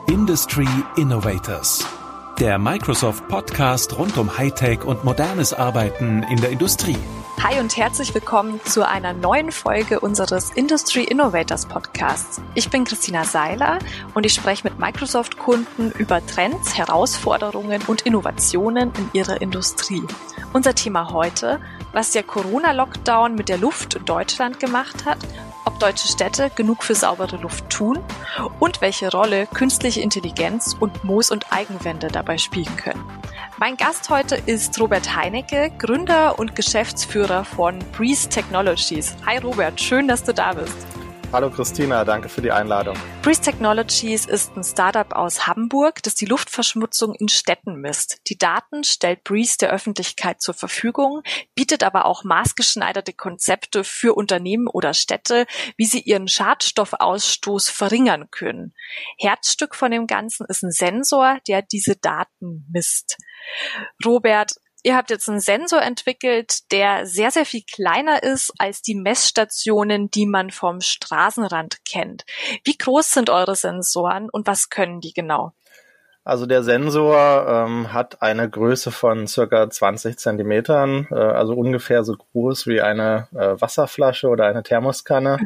Industry Innovators, der Microsoft-Podcast rund um Hightech und modernes Arbeiten in der Industrie. Hi und herzlich willkommen zu einer neuen Folge unseres Industry Innovators Podcasts. Ich bin Christina Seiler und ich spreche mit Microsoft-Kunden über Trends, Herausforderungen und Innovationen in ihrer Industrie. Unser Thema heute, was der Corona-Lockdown mit der Luft in Deutschland gemacht hat, ob deutsche Städte genug für saubere Luft tun und welche Rolle künstliche Intelligenz und Moos- und Eigenwände dabei spielen können. Mein Gast heute ist Robert Heinecke, Gründer und Geschäftsführer von Breeze Technologies. Hi Robert, schön, dass du da bist. Hallo Christina, danke für die Einladung. Breeze Technologies ist ein Startup aus Hamburg, das die Luftverschmutzung in Städten misst. Die Daten stellt Breeze der Öffentlichkeit zur Verfügung, bietet aber auch maßgeschneiderte Konzepte für Unternehmen oder Städte, wie sie ihren Schadstoffausstoß verringern können. Herzstück von dem Ganzen ist ein Sensor, der diese Daten misst. Robert, ihr habt jetzt einen Sensor entwickelt, der sehr, sehr viel kleiner ist als die Messstationen, die man vom Straßenrand kennt. Wie groß sind eure Sensoren und was können die genau? Also der Sensor hat eine Größe von circa 20 Zentimetern, also ungefähr so groß wie eine Wasserflasche oder eine Thermoskanne.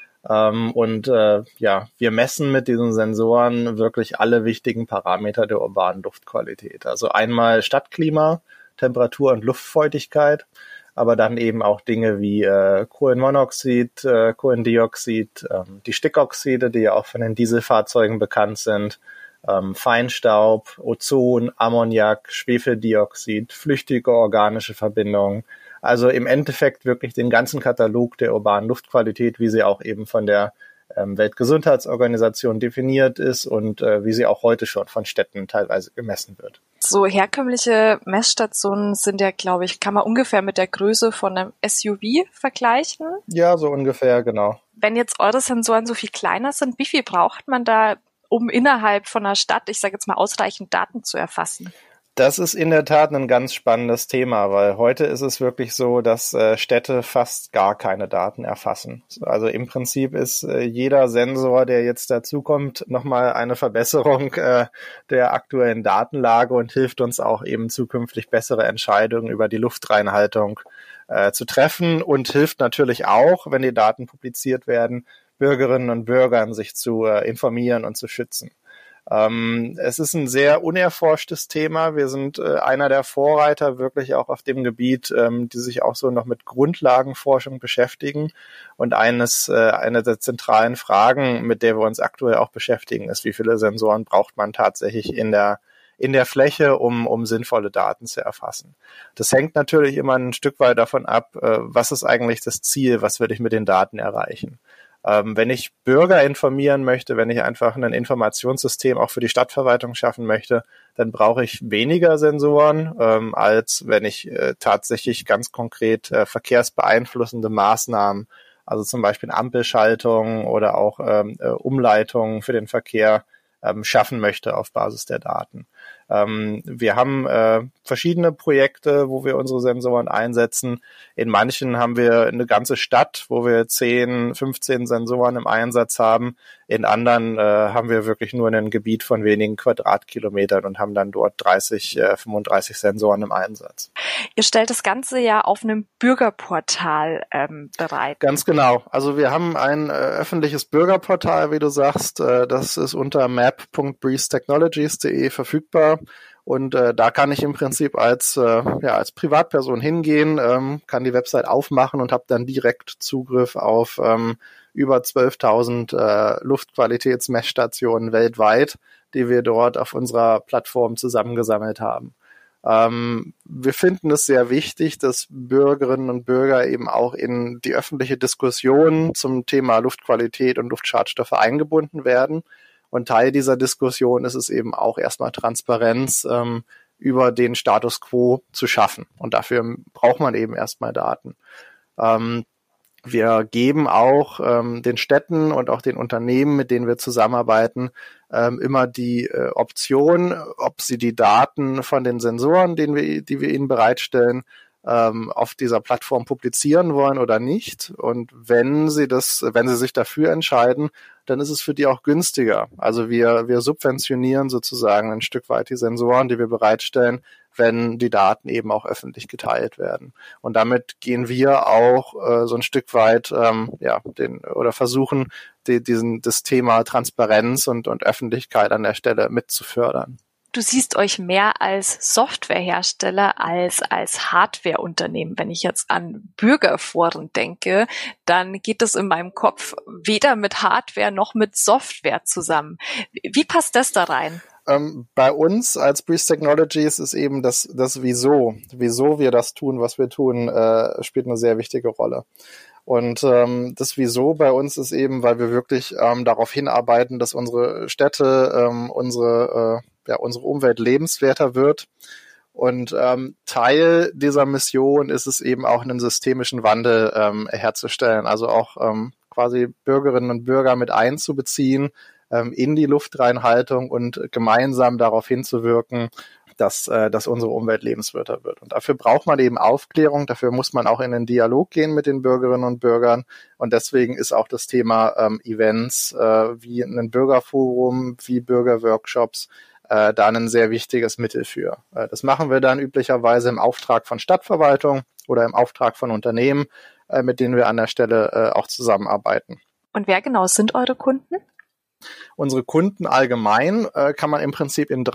Wir messen mit diesen Sensoren wirklich alle wichtigen Parameter der urbanen Luftqualität. Also einmal Stadtklima, Temperatur und Luftfeuchtigkeit, aber dann eben auch Dinge wie Kohlenmonoxid, Kohlendioxid, die Stickoxide, die ja auch von den Dieselfahrzeugen bekannt sind, Feinstaub, Ozon, Ammoniak, Schwefeldioxid, flüchtige organische Verbindungen. Also im Endeffekt wirklich den ganzen Katalog der urbanen Luftqualität, wie sie auch eben von der Weltgesundheitsorganisation definiert ist und wie sie auch heute schon von Städten teilweise gemessen wird. So herkömmliche Messstationen sind ja, glaube ich, kann man ungefähr mit der Größe von einem SUV vergleichen? Ja, so ungefähr, genau. Wenn jetzt eure Sensoren so viel kleiner sind, wie viel braucht man da, um innerhalb von einer Stadt, ich sage jetzt mal, ausreichend Daten zu erfassen? Das ist in der Tat ein ganz spannendes Thema, weil heute ist es wirklich so, dass Städte fast gar keine Daten erfassen. Also im Prinzip ist jeder Sensor, der jetzt dazukommt, nochmal eine Verbesserung der aktuellen Datenlage und hilft uns auch eben zukünftig bessere Entscheidungen über die Luftreinhaltung zu treffen und hilft natürlich auch, wenn die Daten publiziert werden, Bürgerinnen und Bürgern sich zu informieren und zu schützen. Es ist ein sehr unerforschtes Thema. Wir sind einer der Vorreiter wirklich auch auf dem Gebiet, die sich auch so noch mit Grundlagenforschung beschäftigen. Und eine der zentralen Fragen, mit der wir uns aktuell auch beschäftigen, ist, wie viele Sensoren braucht man tatsächlich in der Fläche, um sinnvolle Daten zu erfassen. Das hängt natürlich immer ein Stück weit davon ab, was ist eigentlich das Ziel, was will ich mit den Daten erreichen. Wenn ich Bürger informieren möchte, wenn ich einfach ein Informationssystem auch für die Stadtverwaltung schaffen möchte, dann brauche ich weniger Sensoren, als wenn ich tatsächlich ganz konkret verkehrsbeeinflussende Maßnahmen, also zum Beispiel Ampelschaltung oder auch Umleitungen für den Verkehr schaffen möchte auf Basis der Daten. Wir haben verschiedene Projekte, wo wir unsere Sensoren einsetzen. In manchen haben wir eine ganze Stadt, wo wir 10, 15 Sensoren im Einsatz haben. In anderen haben wir wirklich nur ein Gebiet von wenigen Quadratkilometern und haben dann dort 30, 35 Sensoren im Einsatz. Ihr stellt das Ganze ja auf einem Bürgerportal bereit. Ganz genau. Also wir haben ein öffentliches Bürgerportal, wie du sagst. Das ist unter map.breezetechnologies.de verfügbar. Und da kann ich im Prinzip als Privatperson hingehen, kann die Website aufmachen und habe dann direkt Zugriff auf über 12.000 Luftqualitätsmessstationen weltweit, die wir dort auf unserer Plattform zusammengesammelt haben. Wir finden es sehr wichtig, dass Bürgerinnen und Bürger eben auch in die öffentliche Diskussion zum Thema Luftqualität und Luftschadstoffe eingebunden werden. Und Teil dieser Diskussion ist es eben auch erstmal Transparenz über den Status quo zu schaffen. Und dafür braucht man eben erstmal Daten. Wir geben auch den Städten und auch den Unternehmen, mit denen wir zusammenarbeiten, immer die Option, ob sie die Daten von den Sensoren, die wir ihnen bereitstellen, auf dieser Plattform publizieren wollen oder nicht. Und wenn sie sich dafür entscheiden, dann ist es für die auch günstiger. Also wir subventionieren sozusagen ein Stück weit die Sensoren, die wir bereitstellen, wenn die Daten eben auch öffentlich geteilt werden. Und damit gehen wir auch so ein Stück weit versuchen, das Thema Transparenz und Öffentlichkeit an der Stelle mit zu fördern. Du siehst euch mehr als Softwarehersteller als Hardwareunternehmen. Wenn ich jetzt an Bürgerforen denke, dann geht das in meinem Kopf weder mit Hardware noch mit Software zusammen. Wie passt das da rein? Bei uns als Breeze Technologies ist eben das wieso wir das tun, was wir tun, spielt eine sehr wichtige Rolle. Und das Wieso bei uns ist eben, weil wir wirklich darauf hinarbeiten, dass unsere Städte, unsere Umwelt lebenswerter wird. Und Teil dieser Mission ist es eben auch, einen systemischen Wandel herzustellen, also auch quasi Bürgerinnen und Bürger mit einzubeziehen in die Luftreinhaltung und gemeinsam darauf hinzuwirken, dass unsere Umwelt lebenswerter wird. Und dafür braucht man eben Aufklärung, dafür muss man auch in den Dialog gehen mit den Bürgerinnen und Bürgern. Und deswegen ist auch das Thema Events wie ein Bürgerforum, wie Bürgerworkshops da ein sehr wichtiges Mittel für. Das machen wir dann üblicherweise im Auftrag von Stadtverwaltung oder im Auftrag von Unternehmen, mit denen wir an der Stelle auch zusammenarbeiten. Und wer genau sind eure Kunden? Unsere Kunden allgemein kann man im Prinzip in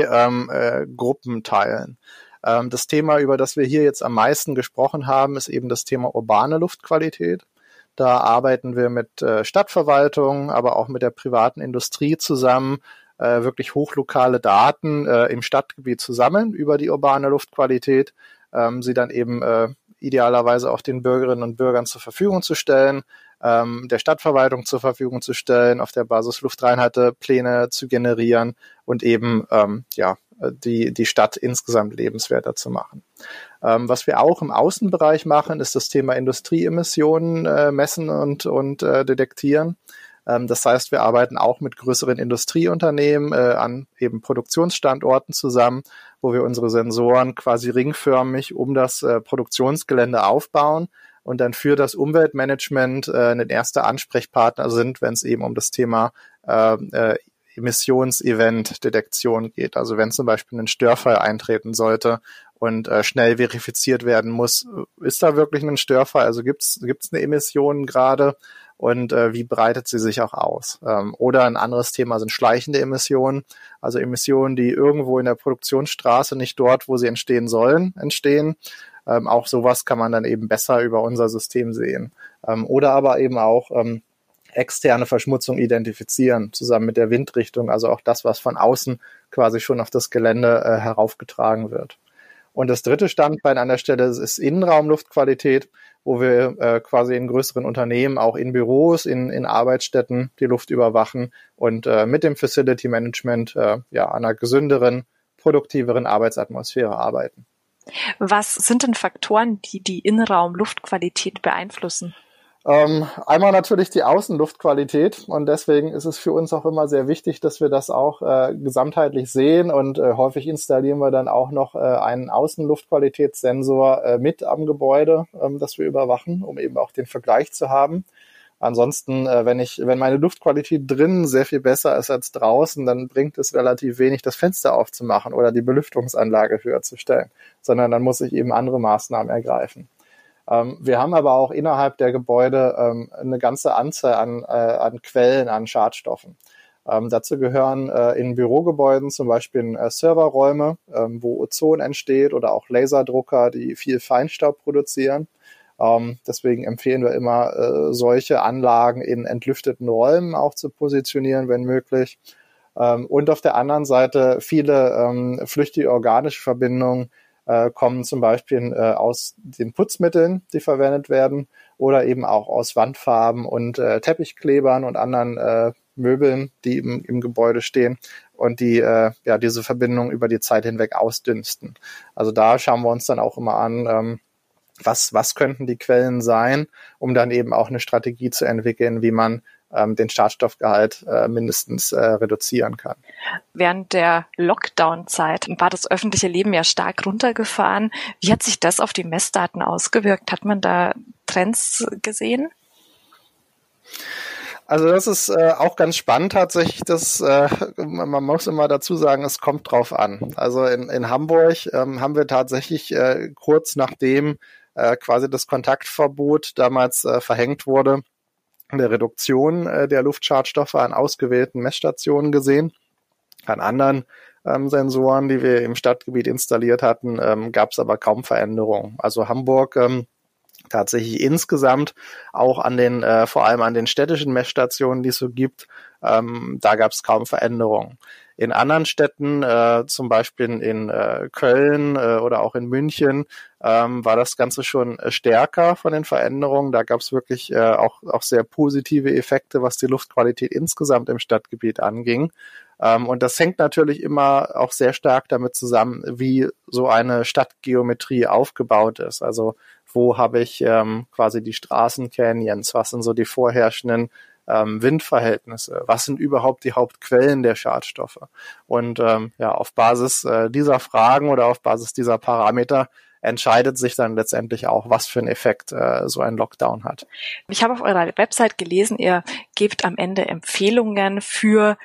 3 Gruppen teilen. Das Thema, über das wir hier jetzt am meisten gesprochen haben, ist eben das Thema urbane Luftqualität. Da arbeiten wir mit Stadtverwaltung, aber auch mit der privaten Industrie zusammen, wirklich hochlokale Daten im Stadtgebiet zu sammeln über die urbane Luftqualität, sie dann eben idealerweise auch den Bürgerinnen und Bürgern zur Verfügung zu stellen, der Stadtverwaltung zur Verfügung zu stellen, auf der Basis Luftreinhaltepläne zu generieren und eben die Stadt insgesamt lebenswerter zu machen. Was wir auch im Außenbereich machen, ist das Thema Industrieemissionen messen und detektieren. Das heißt, wir arbeiten auch mit größeren Industrieunternehmen an eben Produktionsstandorten zusammen, wo wir unsere Sensoren quasi ringförmig um das Produktionsgelände aufbauen und dann für das Umweltmanagement ein erster Ansprechpartner sind, wenn es eben um das Thema Emissionsevent-Detektion geht. Also wenn zum Beispiel ein Störfall eintreten sollte und schnell verifiziert werden muss, ist da wirklich ein Störfall? Also gibt's eine Emission gerade? Und wie breitet sie sich auch aus? Oder ein anderes Thema sind schleichende Emissionen, also Emissionen, die irgendwo in der Produktionsstraße, nicht dort, wo sie entstehen sollen, entstehen. Auch sowas kann man dann eben besser über unser System sehen. Oder aber eben auch externe Verschmutzung identifizieren, zusammen mit der Windrichtung, also auch das, was von außen quasi schon auf das Gelände heraufgetragen wird. Und das dritte Standbein an der Stelle ist Innenraumluftqualität, wo wir quasi in größeren Unternehmen, auch in Büros, in Arbeitsstätten die Luft überwachen und mit dem Facility Management an einer gesünderen, produktiveren Arbeitsatmosphäre arbeiten. Was sind denn Faktoren, die die Innenraumluftqualität beeinflussen? Einmal natürlich die Außenluftqualität und deswegen ist es für uns auch immer sehr wichtig, dass wir das auch gesamtheitlich sehen und häufig installieren wir dann auch noch einen Außenluftqualitätssensor mit am Gebäude, das wir überwachen, um eben auch den Vergleich zu haben. Ansonsten, wenn meine Luftqualität drinnen sehr viel besser ist als draußen, dann bringt es relativ wenig, das Fenster aufzumachen oder die Belüftungsanlage höher zu stellen, sondern dann muss ich eben andere Maßnahmen ergreifen. Wir haben aber auch innerhalb der Gebäude eine ganze Anzahl an Quellen, an Schadstoffen. Dazu gehören in Bürogebäuden zum Beispiel Serverräume, wo Ozon entsteht oder auch Laserdrucker, die viel Feinstaub produzieren. Deswegen empfehlen wir immer, solche Anlagen in entlüfteten Räumen auch zu positionieren, wenn möglich. Und auf der anderen Seite viele flüchtige organische Verbindungen kommen zum Beispiel aus den Putzmitteln, die verwendet werden, oder eben auch aus Wandfarben und Teppichklebern und anderen Möbeln, die im Gebäude stehen und die diese Verbindung über die Zeit hinweg ausdünsten. Also da schauen wir uns dann auch immer an, was könnten die Quellen sein, um dann eben auch eine Strategie zu entwickeln, wie man den Schadstoffgehalt mindestens reduzieren kann. Während der Lockdown-Zeit war das öffentliche Leben ja stark runtergefahren. Wie hat sich das auf die Messdaten ausgewirkt? Hat man da Trends gesehen? Also das ist auch ganz spannend tatsächlich. Man muss immer dazu sagen, es kommt drauf an. Also in Hamburg haben wir tatsächlich kurz nachdem quasi das Kontaktverbot damals verhängt wurde, eine Reduktion der Luftschadstoffe an ausgewählten Messstationen gesehen. An anderen Sensoren, die wir im Stadtgebiet installiert hatten, gab es aber kaum Veränderungen. Also Hamburg tatsächlich insgesamt auch vor allem an den städtischen Messstationen, die es so gibt, da gab es kaum Veränderungen. In anderen Städten, zum Beispiel in Köln oder auch in München, war das Ganze schon stärker von den Veränderungen. Da gab es wirklich auch sehr positive Effekte, was die Luftqualität insgesamt im Stadtgebiet anging. Und das hängt natürlich immer auch sehr stark damit zusammen, wie so eine Stadtgeometrie aufgebaut ist. Also wo habe ich quasi die Straßencanyons, was sind so die vorherrschenden Windverhältnisse, was sind überhaupt die Hauptquellen der Schadstoffe. Und auf Basis dieser Fragen oder auf Basis dieser Parameter entscheidet sich dann letztendlich auch, was für einen Effekt so ein Lockdown hat. Ich habe auf eurer Website gelesen, ihr gebt am Ende Empfehlungen für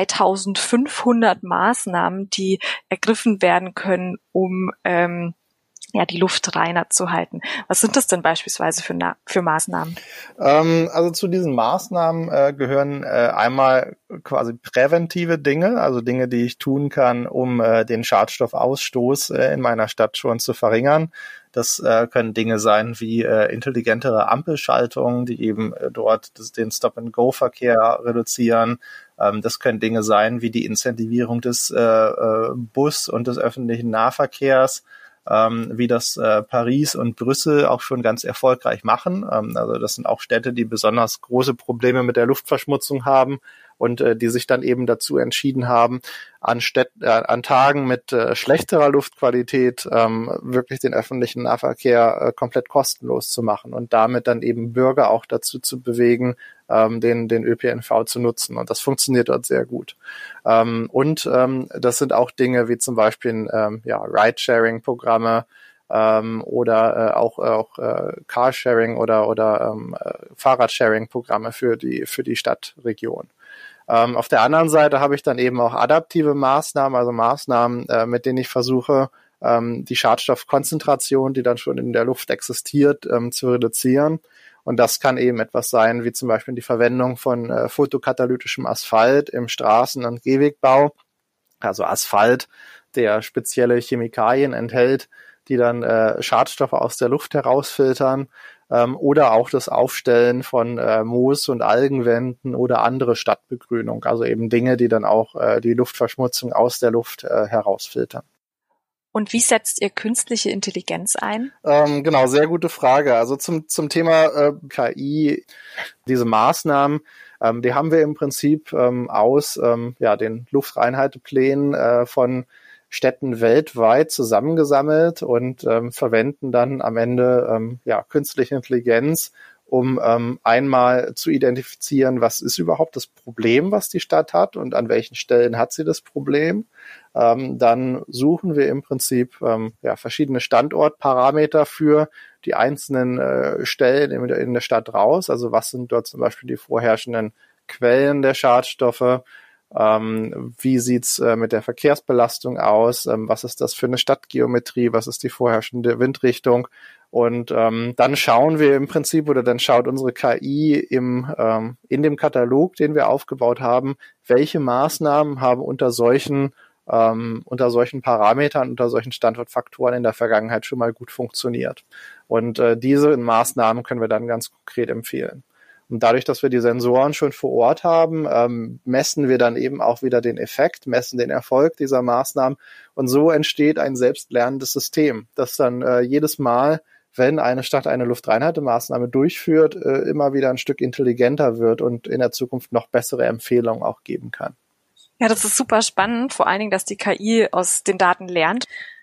3500 Maßnahmen, die ergriffen werden können, um die Luft reiner zu halten. Was sind das denn beispielsweise für Maßnahmen? Also zu diesen Maßnahmen gehören einmal quasi präventive Dinge, also Dinge, die ich tun kann, um den Schadstoffausstoß in meiner Stadt schon zu verringern. Das können Dinge sein wie intelligentere Ampelschaltungen, die eben dort den Stop-and-Go-Verkehr reduzieren. Das können Dinge sein wie die Incentivierung des Bus- und des öffentlichen Nahverkehrs, wie das Paris und Brüssel auch schon ganz erfolgreich machen. Also das sind auch Städte, die besonders große Probleme mit der Luftverschmutzung haben und die sich dann eben dazu entschieden haben, an Tagen mit schlechterer Luftqualität wirklich den öffentlichen Nahverkehr komplett kostenlos zu machen und damit dann eben Bürger auch dazu zu bewegen, den ÖPNV zu nutzen. Und das funktioniert dort sehr gut. Das sind auch Dinge wie zum Beispiel Ride-Sharing-Programme oder auch Carsharing oder Fahrradsharing-Programme für die Stadtregion. Auf der anderen Seite habe ich dann eben auch adaptive Maßnahmen, also Maßnahmen, mit denen ich versuche, die Schadstoffkonzentration, die dann schon in der Luft existiert, zu reduzieren. Und das kann eben etwas sein, wie zum Beispiel die Verwendung von photokatalytischem Asphalt im Straßen- und Gehwegbau. Also Asphalt, der spezielle Chemikalien enthält, die dann Schadstoffe aus der Luft herausfiltern. Oder auch das Aufstellen von Moos- und Algenwänden oder andere Stadtbegrünung. Also eben Dinge, die dann auch die Luftverschmutzung aus der Luft herausfiltern. Und wie setzt ihr künstliche Intelligenz ein? Genau, sehr gute Frage. Also zum Thema KI, diese Maßnahmen, die haben wir im Prinzip aus den Luftreinhalteplänen von Städten weltweit zusammengesammelt und verwenden dann am Ende künstliche Intelligenz, um einmal zu identifizieren, was ist überhaupt das Problem, was die Stadt hat und an welchen Stellen hat sie das Problem. Dann suchen wir im Prinzip verschiedene Standortparameter für die einzelnen Stellen in der Stadt raus. Also was sind dort zum Beispiel die vorherrschenden Quellen der Schadstoffe? Wie sieht's mit der Verkehrsbelastung aus? Was ist das für eine Stadtgeometrie? Was ist die vorherrschende Windrichtung? Und dann schauen wir im Prinzip oder dann schaut unsere KI in dem Katalog, den wir aufgebaut haben, welche Maßnahmen haben unter solchen Parametern, unter solchen Standortfaktoren in der Vergangenheit schon mal gut funktioniert. Und diese Maßnahmen können wir dann ganz konkret empfehlen. Und dadurch, dass wir die Sensoren schon vor Ort haben, messen wir dann eben auch wieder den Effekt, messen den Erfolg dieser Maßnahmen. Und so entsteht ein selbstlernendes System, das dann jedes Mal, wenn eine Stadt eine Luftreinhaltemaßnahme durchführt, immer wieder ein Stück intelligenter wird und in der Zukunft noch bessere Empfehlungen auch geben kann. Ja, das ist super spannend, vor allen Dingen, dass die KI aus den Daten lernt.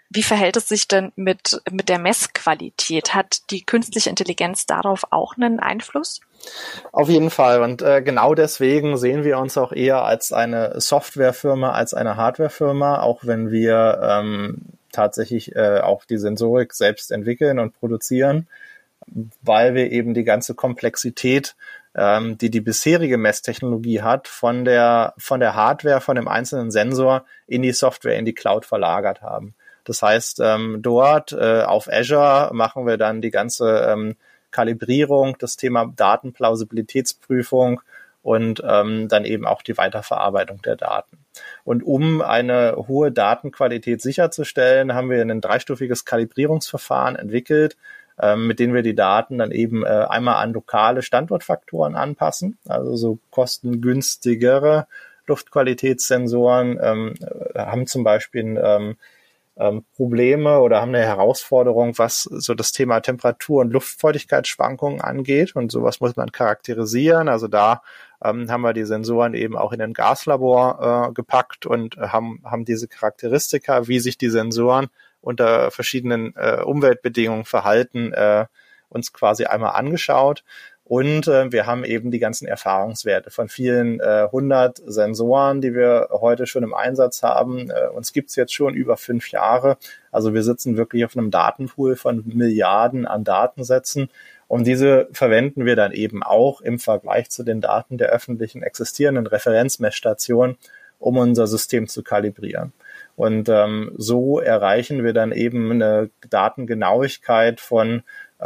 Wie verhält es sich denn mit der Messqualität? Hat die künstliche Intelligenz darauf auch einen Einfluss? Auf jeden Fall. Und genau deswegen sehen wir uns auch eher als eine Softwarefirma als eine Hardwarefirma, auch wenn wir tatsächlich auch die Sensorik selbst entwickeln und produzieren, weil wir eben die ganze Komplexität, die bisherige Messtechnologie hat, von der Hardware, von dem einzelnen Sensor in die Software, in die Cloud verlagert haben. Das heißt, dort auf Azure machen wir dann die ganze Kalibrierung, das Thema Datenplausibilitätsprüfung und dann eben auch die Weiterverarbeitung der Daten. Und um eine hohe Datenqualität sicherzustellen, haben wir ein dreistufiges Kalibrierungsverfahren entwickelt, mit denen wir die Daten dann eben einmal an lokale Standortfaktoren anpassen, also so kostengünstigere Luftqualitätssensoren haben zum Beispiel Probleme oder haben eine Herausforderung, was so das Thema Temperatur- und Luftfeuchtigkeitsschwankungen angeht. Und sowas muss man charakterisieren. Also da haben wir die Sensoren eben auch in ein Gaslabor gepackt und haben diese Charakteristika, wie sich die Sensoren unter verschiedenen Umweltbedingungen verhalten, uns quasi einmal angeschaut. Und wir haben eben die ganzen Erfahrungswerte von vielen 100 Sensoren, die wir heute schon im Einsatz haben. Uns gibt's jetzt schon über 5 Jahre. Also wir sitzen wirklich auf einem Datenpool von Milliarden an Datensätzen. Und diese verwenden wir dann eben auch im Vergleich zu den Daten der öffentlichen existierenden Referenzmessstationen, um unser System zu kalibrieren. Und so erreichen wir dann eben eine Datengenauigkeit von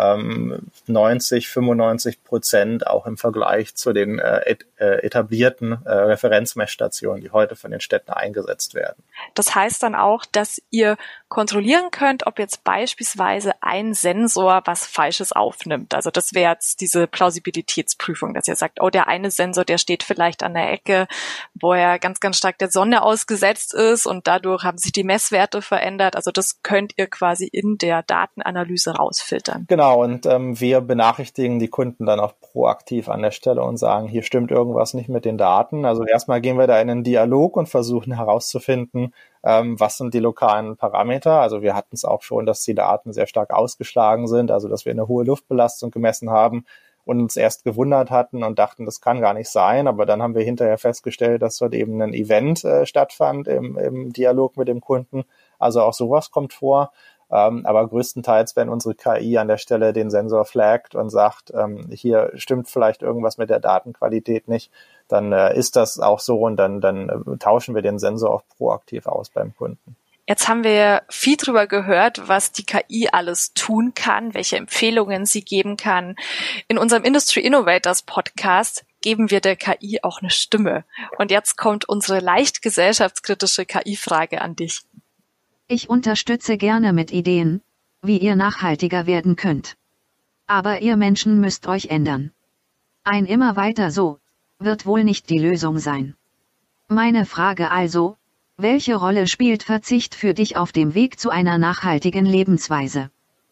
90-95% auch im Vergleich zu den etablierten Referenzmessstationen, die heute von den Städten eingesetzt werden. Das heißt dann auch, dass ihr kontrollieren könnt, ob jetzt beispielsweise ein Sensor was Falsches aufnimmt. Also das wäre jetzt diese Plausibilitätsprüfung, dass ihr sagt, oh, der eine Sensor, der steht vielleicht an der Ecke, wo er ganz, ganz stark der Sonne ausgesetzt ist und dadurch haben sich die Messwerte verändert. Also das könnt ihr quasi in der Datenanalyse rausfiltern. Genau, und wir benachrichtigen die Kunden dann auch proaktiv an der Stelle und sagen, hier stimmt irgendwas nicht mit den Daten. Also erstmal gehen wir da in einen Dialog und versuchen herauszufinden, was sind die lokalen Parameter. Also wir hatten es auch schon, dass die Daten sehr stark ausgeschlagen sind, also dass wir eine hohe Luftbelastung gemessen haben und uns erst gewundert hatten und dachten, das kann gar nicht sein. Aber dann haben wir hinterher festgestellt, dass dort eben ein Event stattfand im Dialog mit dem Kunden. Also auch sowas kommt vor. Aber größtenteils, wenn unsere KI an der Stelle den Sensor flaggt und sagt, hier stimmt vielleicht irgendwas mit der Datenqualität nicht, dann ist das auch so und dann tauschen wir den Sensor auch proaktiv aus beim Kunden. Jetzt haben wir viel drüber gehört, was die KI alles tun kann, welche Empfehlungen sie geben kann. In unserem Industry Innovators Podcast geben wir der KI auch eine Stimme. Und jetzt kommt unsere leicht gesellschaftskritische KI-Frage an dich. Ich unterstütze gerne mit Ideen, wie ihr nachhaltiger werden könnt. Aber ihr Menschen müsst euch ändern. Ein immer weiter so wird wohl nicht die Lösung sein. Meine Frage also, welche Rolle spielt Verzicht für dich auf dem Weg zu einer nachhaltigen Lebensweise?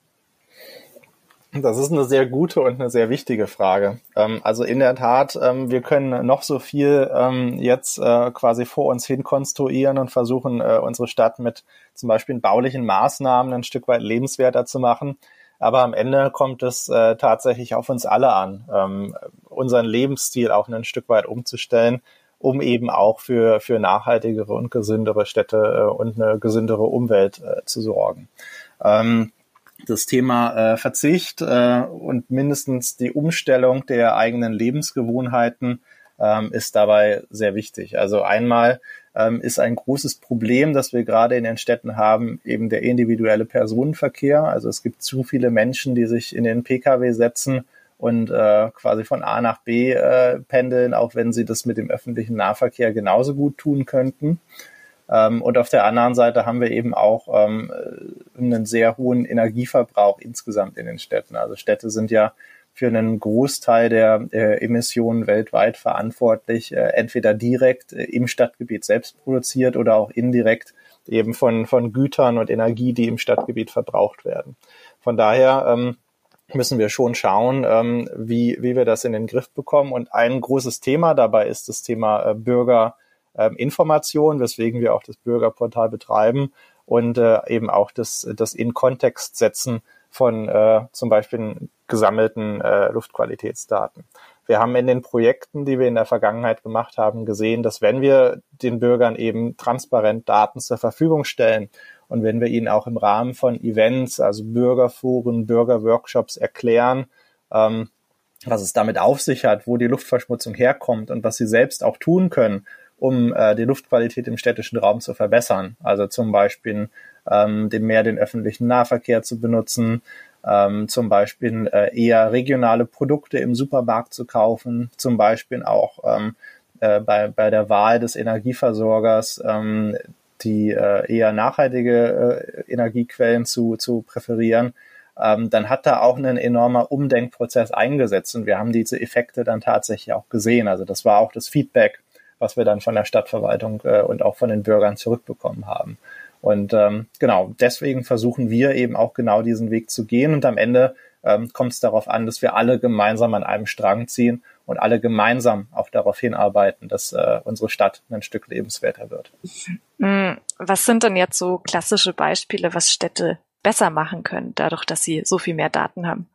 Das ist eine sehr gute und eine sehr wichtige Frage. Also in der Tat, wir können noch so viel jetzt quasi vor uns hin konstruieren und versuchen, unsere Stadt mit zum Beispiel baulichen Maßnahmen ein Stück weit lebenswerter zu machen. Aber am Ende kommt es tatsächlich auf uns alle an, unseren Lebensstil auch ein Stück weit umzustellen, um eben auch für nachhaltigere und gesündere Städte und eine gesündere Umwelt zu sorgen. Das Thema Verzicht und mindestens die Umstellung der eigenen Lebensgewohnheiten ist dabei sehr wichtig. Also einmal ist ein großes Problem, das wir gerade in den Städten haben, eben der individuelle Personenverkehr. Also es gibt zu viele Menschen, die sich in den Pkw setzen und quasi von A nach B pendeln, auch wenn sie das mit dem öffentlichen Nahverkehr genauso gut tun könnten. Und auf der anderen Seite haben wir eben auch einen sehr hohen Energieverbrauch insgesamt in den Städten. Also Städte sind ja für einen Großteil der Emissionen weltweit verantwortlich, entweder direkt im Stadtgebiet selbst produziert oder auch indirekt eben von Gütern und Energie, die im Stadtgebiet verbraucht werden. Von daher müssen wir schon schauen, wie wir das in den Griff bekommen. Und ein großes Thema dabei ist das Thema Bürgerinformation, weswegen wir auch das Bürgerportal betreiben und eben auch das in Kontext setzen von zum Beispiel gesammelten Luftqualitätsdaten. Wir haben in den Projekten, die wir in der Vergangenheit gemacht haben, gesehen, dass wenn wir den Bürgern eben transparent Daten zur Verfügung stellen und wenn wir ihnen auch im Rahmen von Events, also Bürgerforen, Bürgerworkshops erklären, was es damit auf sich hat, wo die Luftverschmutzung herkommt und was sie selbst auch tun können, um die Luftqualität im städtischen Raum zu verbessern. Also zum Beispiel den öffentlichen Nahverkehr zu benutzen, zum Beispiel eher regionale Produkte im Supermarkt zu kaufen, zum Beispiel auch bei der Wahl des Energieversorgers die eher nachhaltige Energiequellen zu präferieren, dann hat da auch ein enormer Umdenkprozess eingesetzt und wir haben diese Effekte dann tatsächlich auch gesehen. Also das war auch das Feedback, was wir dann von der Stadtverwaltung und auch von den Bürgern zurückbekommen haben. Und genau, deswegen versuchen wir eben auch genau diesen Weg zu gehen und am Ende kommt es darauf an, dass wir alle gemeinsam an einem Strang ziehen und alle gemeinsam auch darauf hinarbeiten, dass unsere Stadt ein Stück lebenswerter wird. Was sind denn jetzt so klassische Beispiele, was Städte besser machen können, dadurch, dass sie so viel mehr Daten haben?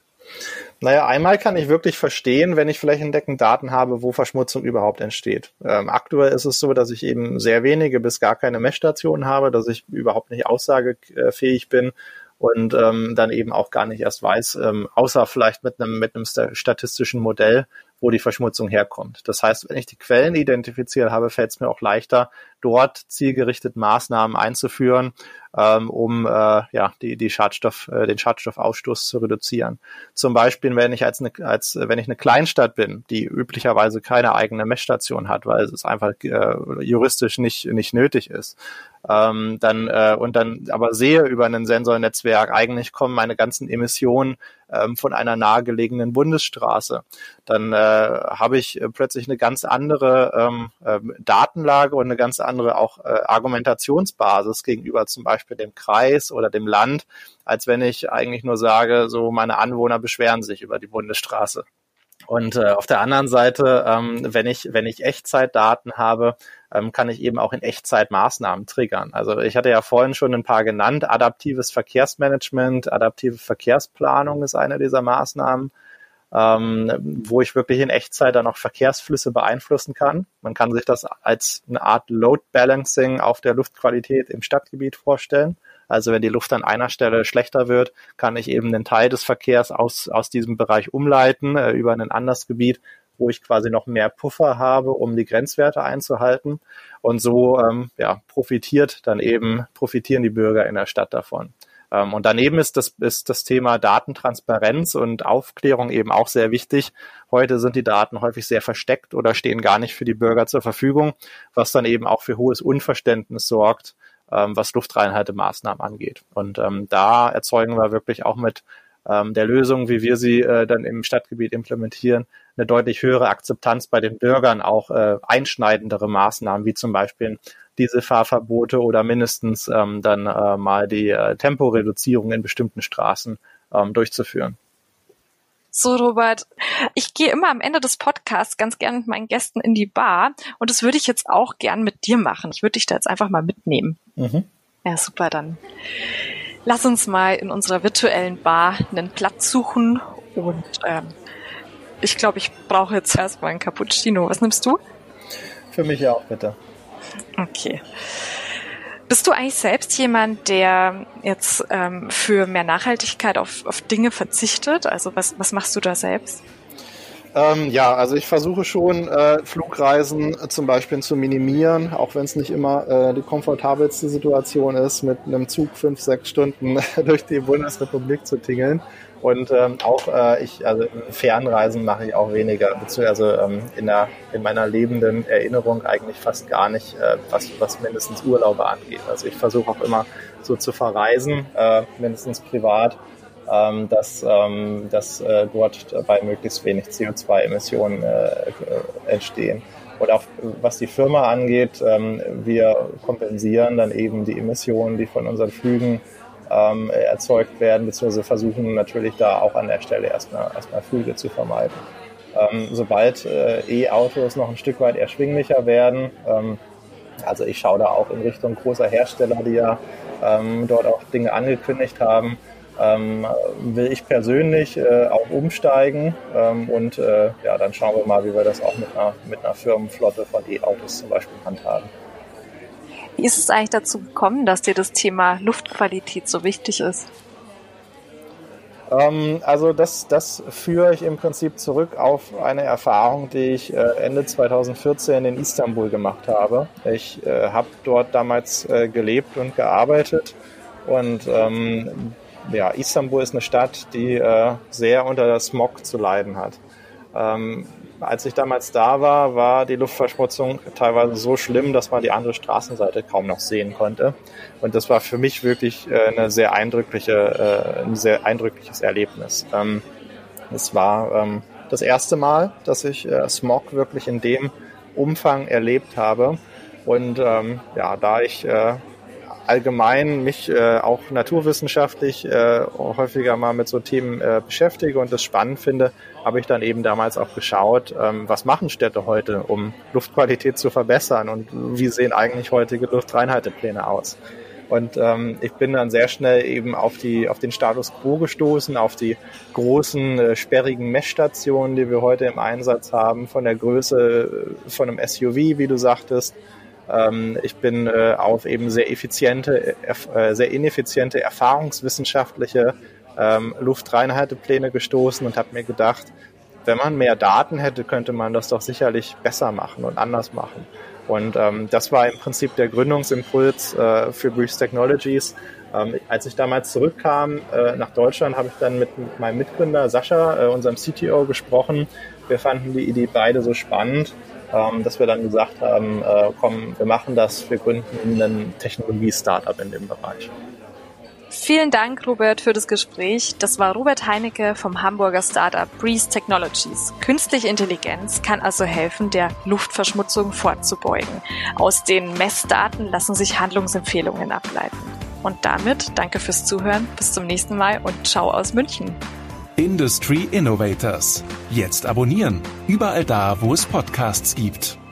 Naja, einmal kann ich wirklich verstehen, wenn ich flächendeckend Daten habe, wo Verschmutzung überhaupt entsteht. Aktuell ist es so, dass ich eben sehr wenige bis gar keine Messstationen habe, dass ich überhaupt nicht aussagefähig bin und dann eben auch gar nicht erst weiß, außer vielleicht mit einem statistischen Modell, wo die Verschmutzung herkommt. Das heißt, wenn ich die Quellen identifiziere habe, fällt es mir auch leichter, dort zielgerichtet Maßnahmen einzuführen, um den Schadstoffausstoß zu reduzieren. Zum Beispiel, wenn ich eine Kleinstadt bin, die üblicherweise keine eigene Messstation hat, weil es einfach juristisch nicht nötig ist, dann aber sehe über ein Sensornetzwerk, eigentlich kommen meine ganzen Emissionen von einer nahegelegenen Bundesstraße, dann habe ich plötzlich eine ganz andere Datenlage und eine ganz andere auch Argumentationsbasis gegenüber zum Beispiel dem Kreis oder dem Land, als wenn ich eigentlich nur sage, so meine Anwohner beschweren sich über die Bundesstraße. Und auf der anderen Seite, wenn ich Echtzeitdaten habe, kann ich eben auch in Echtzeit Maßnahmen triggern. Also ich hatte ja vorhin schon ein paar genannt. Adaptives Verkehrsmanagement, adaptive Verkehrsplanung ist eine dieser Maßnahmen, wo ich wirklich in Echtzeit dann auch Verkehrsflüsse beeinflussen kann. Man kann sich das als eine Art Load Balancing auf der Luftqualität im Stadtgebiet vorstellen. Also wenn die Luft an einer Stelle schlechter wird, kann ich eben einen Teil des Verkehrs aus diesem Bereich umleiten über ein anderes Gebiet, wo ich quasi noch mehr Puffer habe, um die Grenzwerte einzuhalten. Und so profitieren die Bürger in der Stadt davon. Und daneben ist das Thema Datentransparenz und Aufklärung eben auch sehr wichtig. Heute sind die Daten häufig sehr versteckt oder stehen gar nicht für die Bürger zur Verfügung, was dann eben auch für hohes Unverständnis sorgt, was Luftreinhaltemaßnahmen angeht. Und da erzeugen wir wirklich auch mit der Lösung, wie wir sie dann im Stadtgebiet implementieren, eine deutlich höhere Akzeptanz bei den Bürgern, auch einschneidendere Maßnahmen, wie zum Beispiel Dieselfahrverbote oder mindestens dann mal die Temporeduzierung in bestimmten Straßen durchzuführen. So, Robert, ich gehe immer am Ende des Podcasts ganz gern mit meinen Gästen in die Bar und das würde ich jetzt auch gern mit dir machen. Ich würde dich da jetzt einfach mal mitnehmen. Mhm. Ja, super, dann lass uns mal in unserer virtuellen Bar einen Platz suchen und ich glaube, ich brauche jetzt erstmal einen Cappuccino. Was nimmst du? Für mich auch, bitte. Okay. Bist du eigentlich selbst jemand, der jetzt für mehr Nachhaltigkeit auf Dinge verzichtet? Also was machst du da selbst? Also ich versuche schon, Flugreisen zum Beispiel zu minimieren, auch wenn es nicht immer die komfortabelste Situation ist, mit einem Zug 5-6 Stunden durch die Bundesrepublik zu tingeln. Und Fernreisen mache ich auch weniger, beziehungsweise in meiner lebenden Erinnerung eigentlich fast gar nicht, was mindestens Urlaube angeht. Also ich versuche auch immer so zu verreisen, mindestens privat, dass dort dabei möglichst wenig CO2-Emissionen entstehen. Und auch was die Firma angeht, wir kompensieren dann eben die Emissionen, die von unseren Flügen erzeugt werden, beziehungsweise versuchen natürlich da auch an der Stelle erstmal Flüge zu vermeiden. Sobald E-Autos noch ein Stück weit erschwinglicher werden, Also ich schaue da auch in Richtung großer Hersteller, die ja dort auch Dinge angekündigt haben. Will ich persönlich auch umsteigen und dann schauen wir mal, wie wir das auch mit einer Firmenflotte von E-Autos zum Beispiel handhaben. Wie ist es eigentlich dazu gekommen, dass dir das Thema Luftqualität so wichtig ist? Also das führe ich im Prinzip zurück auf eine Erfahrung, die ich Ende 2014 in Istanbul gemacht habe. Ich habe dort damals gelebt und gearbeitet und Istanbul ist eine Stadt, die sehr unter der Smog zu leiden hat. Als ich damals da war, war die Luftverschmutzung teilweise so schlimm, dass man die andere Straßenseite kaum noch sehen konnte. Und das war für mich wirklich ein sehr eindrückliches Erlebnis. Es war das erste Mal, dass ich Smog wirklich in dem Umfang erlebt habe. Und da ich allgemein mich auch naturwissenschaftlich häufiger mal mit so Themen beschäftige und das spannend finde, habe ich dann eben damals auch geschaut, was machen Städte heute, um Luftqualität zu verbessern und wie sehen eigentlich heutige Luftreinhaltepläne aus. Und ich bin dann sehr schnell eben auf den Status quo gestoßen, auf die großen sperrigen Messstationen, die wir heute im Einsatz haben, von der Größe von einem SUV, wie du sagtest. Ich bin auf eben sehr ineffiziente, erfahrungswissenschaftliche Luftreinhaltepläne gestoßen und habe mir gedacht, wenn man mehr Daten hätte, könnte man das doch sicherlich besser machen und anders machen. Und das war im Prinzip der Gründungsimpuls für Breeze Technologies. Als ich damals zurückkam nach Deutschland, habe ich dann mit meinem Mitgründer Sascha, unserem CTO, gesprochen. Wir fanden die Idee beide so spannend, dass wir dann gesagt haben, komm, wir machen das, wir gründen ein Technologie-Startup in dem Bereich. Vielen Dank, Robert, für das Gespräch. Das war Robert Heinecke vom Hamburger Startup Breeze Technologies. Künstliche Intelligenz kann also helfen, der Luftverschmutzung vorzubeugen. Aus den Messdaten lassen sich Handlungsempfehlungen ableiten. Und damit danke fürs Zuhören, bis zum nächsten Mal und ciao aus München. Industry Innovators. Jetzt abonnieren. Überall da, wo es Podcasts gibt.